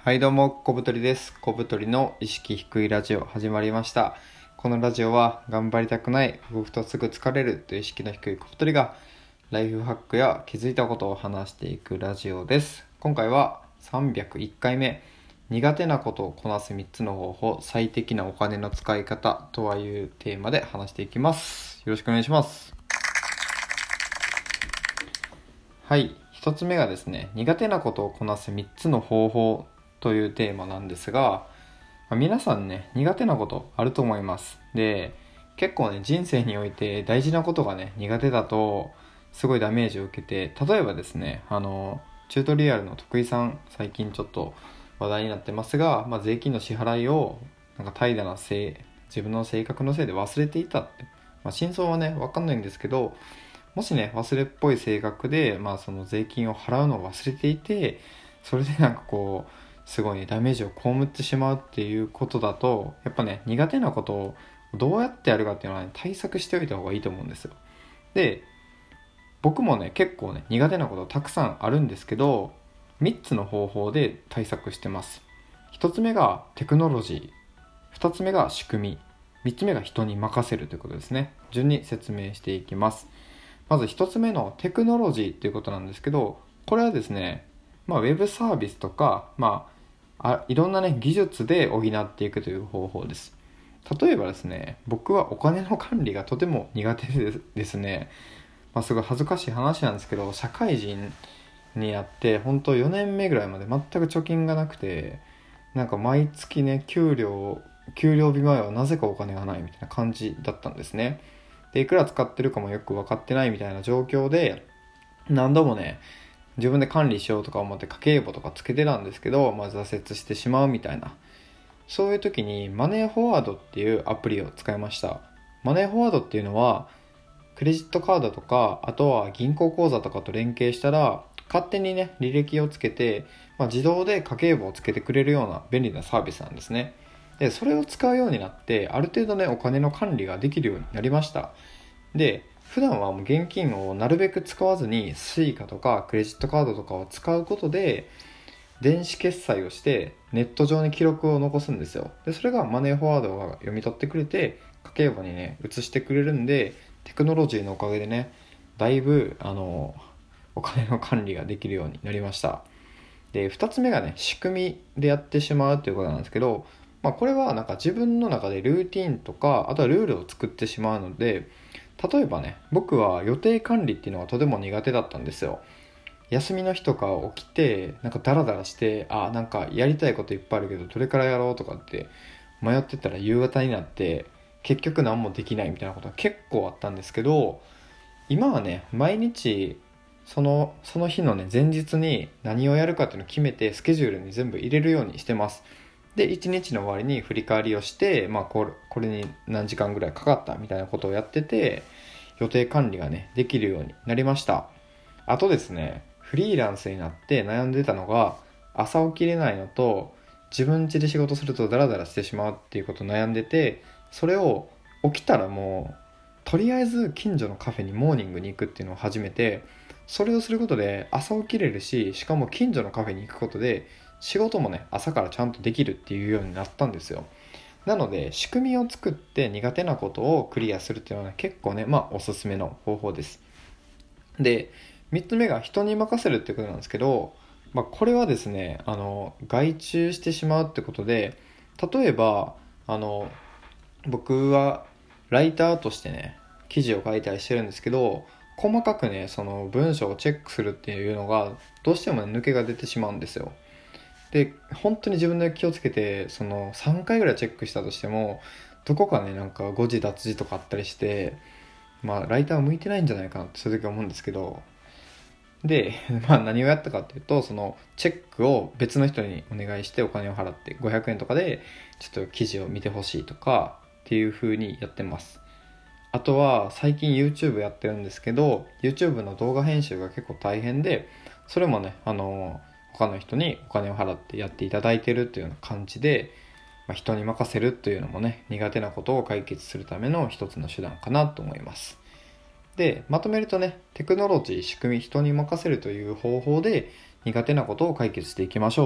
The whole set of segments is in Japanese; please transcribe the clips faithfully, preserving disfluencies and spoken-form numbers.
はいどうも、小太りです。小太りの意識低いラジオ始まりました。このラジオは頑張りたくない、動くとすぐ疲れるという意識の低い小太りがライフハックや気づいたことを話していくラジオです。今回はさんびゃくいっかいめ、苦手なことをこなすみっつの方法、最適なお金の使い方とはいうテーマで話していきます。よろしくお願いします。はい、ひとつめがですね、苦手なことをこなすみっつの方法というテーマなんですが、まあ、皆さんね、苦手なことあると思います。で、結構ね、人生において大事なことがね、苦手だとすごいダメージを受けて、例えばですね、あのチュートリアルの徳井さん、最近ちょっと話題になってますが、まあ、税金の支払いをなんか怠惰なせい、自分の性格のせいで忘れていたって、まあ、真相はね分かんないんですけど、もしね忘れっぽい性格で、まあ、その税金を払うのを忘れていて、それでなんかこうすごい、ね、ダメージを被ってしまうっていうことだと、やっぱね苦手なことをどうやってやるかっていうのは、ね、対策しておいた方がいいと思うんですよ。で、僕もね結構ね苦手なことたくさんあるんですけど、みっつの方法で対策してます。ひとつめがテクノロジー、ふたつめが仕組み、みっつめが人に任せるということですね。順に説明していきます。まずひとつめのテクノロジーということなんですけど、これはですね、まあ、ウェブサービスとか、まあ、あいろんなね技術で補っていくという方法です。例えばですね、僕はお金の管理がとても苦手でですね、まあ、すごい恥ずかしい話なんですけど、社会人になって本当よねんめぐらいまで全く貯金がなくて、なんか毎月ね給料給料日前はなぜかお金がないみたいな感じだったんですね。で、いくら使ってるかもよく分かってないみたいな状況で、何度もね自分で管理しようとか思って家計簿とかつけてたんですけど、まあ、挫折してしまうみたいな、そういう時にマネーフォワードっていうアプリを使いました。マネーフォワードっていうのはクレジットカードとか、あとは銀行口座とかと連携したら勝手にね履歴をつけて、まあ、自動で家計簿をつけてくれるような便利なサービスなんですね。で、それを使うようになってある程度ねお金の管理ができるようになりました。で、普段はもう現金をなるべく使わずに スイカ とかクレジットカードとかを使うことで電子決済をしてネット上に記録を残すんですよ。で、それがマネーフォワードが読み取ってくれて家計簿にね移してくれるんで、テクノロジーのおかげでねだいぶあのお金の管理ができるようになりました。で、ふたつめがね仕組みでやってしまうということなんですけど、まあ、これはなんか自分の中でルーティンとか、あとはルールを作ってしまうので、例えばね僕は予定管理っていうのがとても苦手だったんですよ。休みの日とか起きてなんかダラダラして、あなんかやりたいこといっぱいあるけどどれからやろうとかって迷ってたら夕方になって結局何もできないみたいなことが結構あったんですけど、今はね毎日そのその日のね前日に何をやるかっていうのを決めてスケジュールに全部入れるようにしてます。で、いちにちの終わりに振り返りをして、まあ、これ、これに何時間ぐらいかかったみたいなことをやってて、予定管理がねできるようになりました。あとですね、フリーランスになって悩んでたのが、朝起きれないのと自分家で仕事するとダラダラしてしまうっていうことを悩んでて、それを起きたらもうとりあえず近所のカフェにモーニングに行くっていうのを始めて、それをすることで朝起きれるし、しかも近所のカフェに行くことで仕事もね朝からちゃんとできるっていうようになったんですよ。なので仕組みを作って苦手なことをクリアするっていうのは、ね、結構ねまあおすすめの方法です。で、みっつめが人に任せるってことなんですけど、まあ、これはですねあの外注してしまうってことで、例えばあの僕はライターとしてね記事を書いたりしてるんですけど、細かくねその文章をチェックするっていうのがどうしても、ね、抜けが出てしまうんですよ。で、本当に自分で気をつけてそのさんかいぐらいチェックしたとしても、どこかねなんか誤字脱字とかあったりして、まあライターは向いてないんじゃないかなってそういう時は思うんですけど、で、まあ何をやったかっていうと、そのチェックを別の人にお願いしてお金を払ってごひゃくえんとかでちょっと記事を見てほしいとかっていう風にやってます。あとは最近 YouTube やってるんですけど、 YouTube の動画編集が結構大変で、それもねあの他の人にお金を払ってやっていただいてるっていうような感じで、まあ、人に任せるっていうのもね苦手なことを解決するための一つの手段かなと思います。で、まとめるとね、テクノロジー、仕組み、人に任せるという方法で苦手なことを解決していきましょうと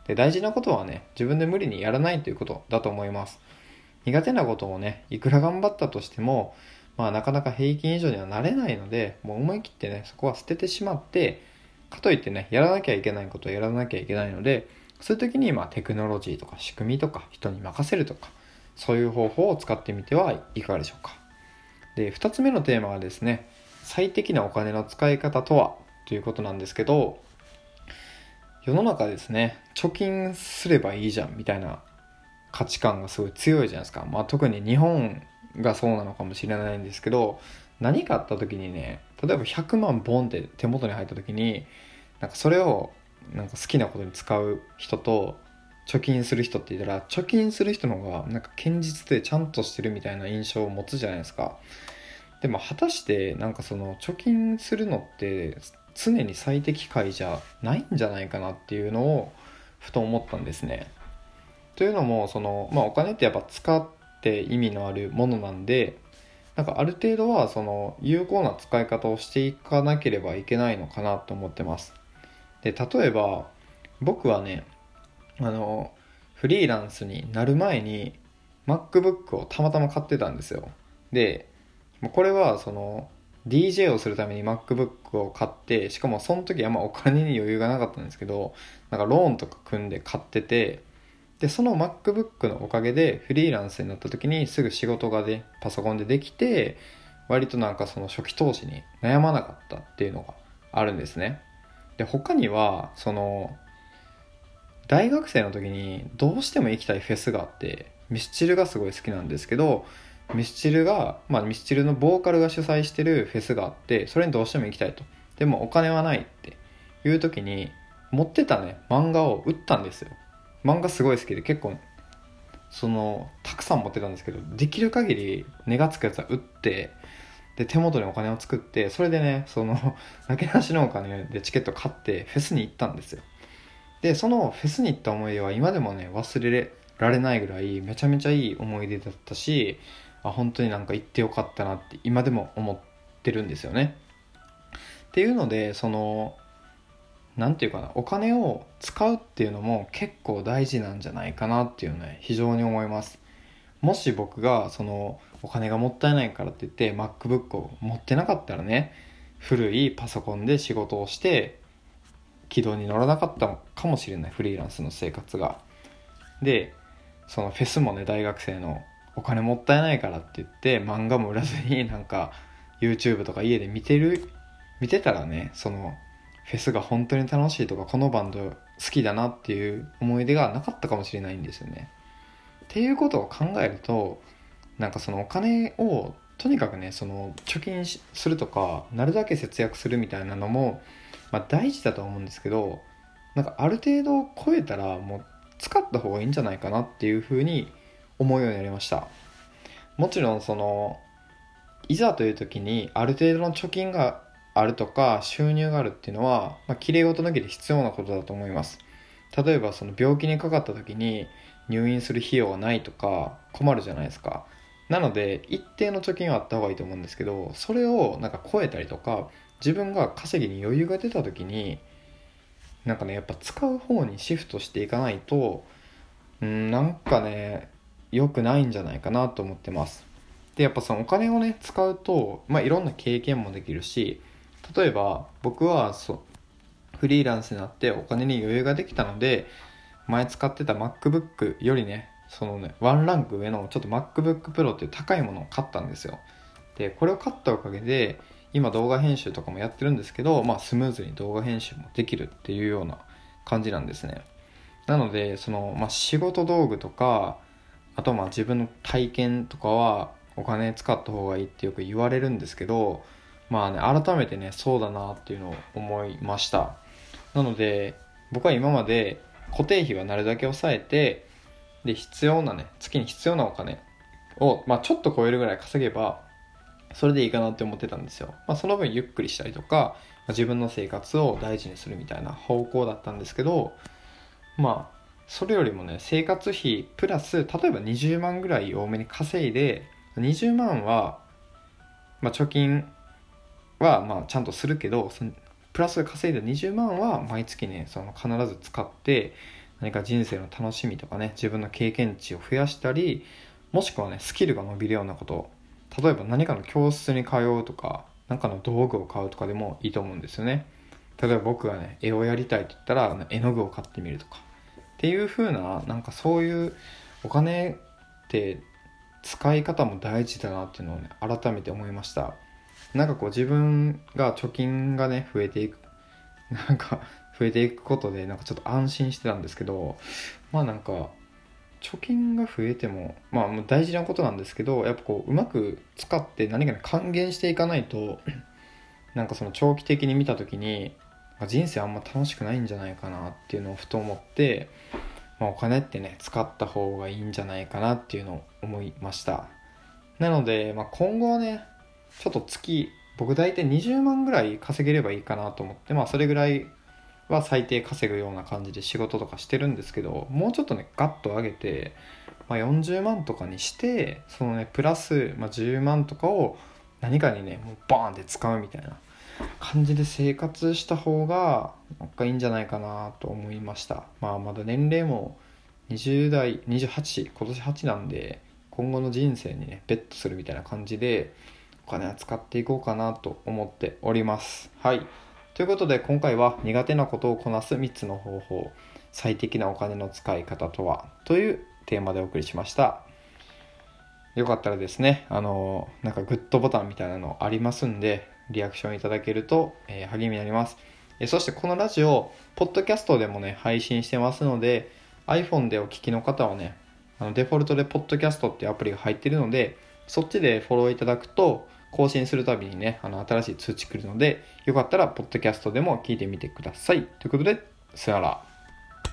で、大事なことはね、自分で無理にやらないということだと思います。苦手なことをね、いくら頑張ったとしても、まあなかなか平均以上にはなれないので、もう思い切ってね、そこは捨ててしまって、かといってね、やらなきゃいけないことをやらなきゃいけないので、そういう時にまあテクノロジーとか仕組みとか人に任せるとか、そういう方法を使ってみてはいかがでしょうか。で、ふたつめのテーマはですね、最適なお金の使い方とはということなんですけど、世の中ですね、貯金すればいいじゃんみたいな価値観がすごい強いじゃないですか。まあ特に日本がそうなのかもしれないんですけど、何かあった時にね、例えばひゃくまんボンって手元に入った時に、なんかそれをなんか好きなことに使う人と貯金する人って言ったら、貯金する人の方がなんか堅実でちゃんとしてるみたいな印象を持つじゃないですか。でも果たしてなんかその貯金するのって常に最適解じゃないんじゃないかなっていうのをふと思ったんですね。というのもその、まあ、お金ってやっぱ使って意味のあるものなんで、なんかある程度はその有効な使い方をしていかなければいけないのかなと思ってます。で、例えば僕はね、あのフリーランスになる前に MacBook をたまたま買ってたんですよ。で、これはその ディージェー をするために MacBook を買って、しかもその時はまあお金に余裕がなかったんですけど、なんかローンとか組んで買ってて、でその MacBook のおかげでフリーランスになった時にすぐ仕事がでパソコンでできて、割となんかその初期投資に悩まなかったっていうのがあるんですね。で、他にはその大学生の時にどうしても行きたいフェスがあって、ミスチルがすごい好きなんですけど、ミスチルが、まあミスチルのボーカルが主催してるフェスがあって、それにどうしても行きたいと。でもお金はないっていう時に、持ってたね、漫画を売ったんですよ。漫画すごい好きで結構、その、たくさん持ってたんですけど、できる限り値がつくやつは売って、で、手元にお金を作って、それでね、その、なけなしのお金でチケット買ってフェスに行ったんですよ。で、そのフェスに行った思い出は今でもね、忘れられないぐらいめちゃめちゃいい思い出だったし、あ、本当になんか行ってよかったなって今でも思ってるんですよね。っていうので、その、なんていうかな、お金を使うっていうのも結構大事なんじゃないかなっていうね、非常に思います。もし僕がそのお金がもったいないからって言って MacBook を持ってなかったらね、古いパソコンで仕事をして軌道に乗らなかったかもしれない、フリーランスの生活が。で、そのフェスもね、大学生のお金もったいないからって言って漫画も売らずになんか YouTube とか家で見てる見てたらね、そのフェスが本当に楽しいとかこのバンド好きだなっていう思い出がなかったかもしれないんですよね。っていうことを考えると、なんかそのお金をとにかくね、その貯金するとかなるだけ節約するみたいなのも、まあ、大事だと思うんですけど、なんかある程度超えたらもう使った方がいいんじゃないかなっていうふうに思うようになりました。もちろんそのいざという時にある程度の貯金があるとか収入があるっていうのは、まあ、綺麗事抜きで必要なことだと思います。例えばその病気にかかった時に入院する費用がないとか困るじゃないですか。なので一定の貯金はあった方がいいと思うんですけど、それをなんか超えたりとか自分が稼ぎに余裕が出た時になんかね、やっぱ使う方にシフトしていかないと、うん、なんかね、良くないんじゃないかなと思ってます。で、やっぱそのお金をね、使うと、まあいろんな経験もできるし、例えば僕はそうフリーランスになってお金に余裕ができたので、前使ってた MacBook よりね、そのね、ワンランク上のちょっと MacBook Pro っていう高いものを買ったんですよ。で、これを買ったおかげで、今動画編集とかもやってるんですけど、まあスムーズに動画編集もできるっていうような感じなんですね。なので、その、まあ仕事道具とか、あとまあ自分の体験とかはお金使った方がいいってよく言われるんですけど、まあね、改めてね、そうだなっていうのを思いました。なので、僕は今まで固定費はなるだけ抑えて、で、必要なね、月に必要なお金を、まあちょっと超えるぐらい稼げば、それでいいかなって思ってたんですよ。まあその分ゆっくりしたりとか、自分の生活を大事にするみたいな方向だったんですけど、まあ、それよりもね、生活費プラス、例えばにじゅうまんぐらい多めに稼いで、にじゅうまんは、まあ貯金はまあちゃんとするけど、そのプラス稼いだにじゅうまんは毎月ね、その必ず使って、 何か人生の楽しみとかね、自分の経験値を増やしたり、もしくはねスキルが伸びるようなこと、例えば何かの教室に通うとか、何かの道具を買うとかでもいいと思うんですよね。例えば僕がね絵をやりたいと言ったら絵の具を買ってみるとかっていう風な、なんかそういうお金って使い方も大事だなっていうのをね改めて思いました。なんかこう自分が貯金がね増えていくなんか増えていくことでなんかちょっと安心してたんですけど、まあなんか貯金が増えてもまあもう大事なことなんですけど、やっぱこううまく使って何かに還元していかないとなんかその長期的に見た時に人生あんま楽しくないんじゃないかなっていうのをふと思って、まあ、お金ってね使った方がいいんじゃないかなっていうのを思いました。なので、まあ、今後はねちょっと月僕大体にじゅうまんぐらい稼げればいいかなと思って、まあそれぐらいは最低稼ぐような感じで仕事とかしてるんですけど、もうちょっとねガッと上げて、まあ、よんじゅうまんとかにして、そのねプラス、まあ、じゅうまんとかを何かにねもうバーンって使うみたいな感じで生活した方がなんかいいんじゃないかなと思いました。まあまだ年齢もにじゅう代にじゅうはち、今年はちなんで、今後の人生にねベットするみたいな感じでお金は使っていこうかなと思っております。はい、ということで今回は苦手なことをこなすみっつの方法、最適なお金の使い方とはというテーマでお送りしました。よかったらですね、あのなんかグッドボタンみたいなのありますんで、リアクションいただけると、えー、励みになります。えー、そしてこのラジオポッドキャストでもね配信してますので、 iPhone でお聞きの方はね、あのデフォルトでポッドキャストっていうアプリが入っているので、そっちでフォローいただくと更新するたびにね、あの新しい通知来るので、よかったらポッドキャストでも聞いてみてください。ということで、さよなら。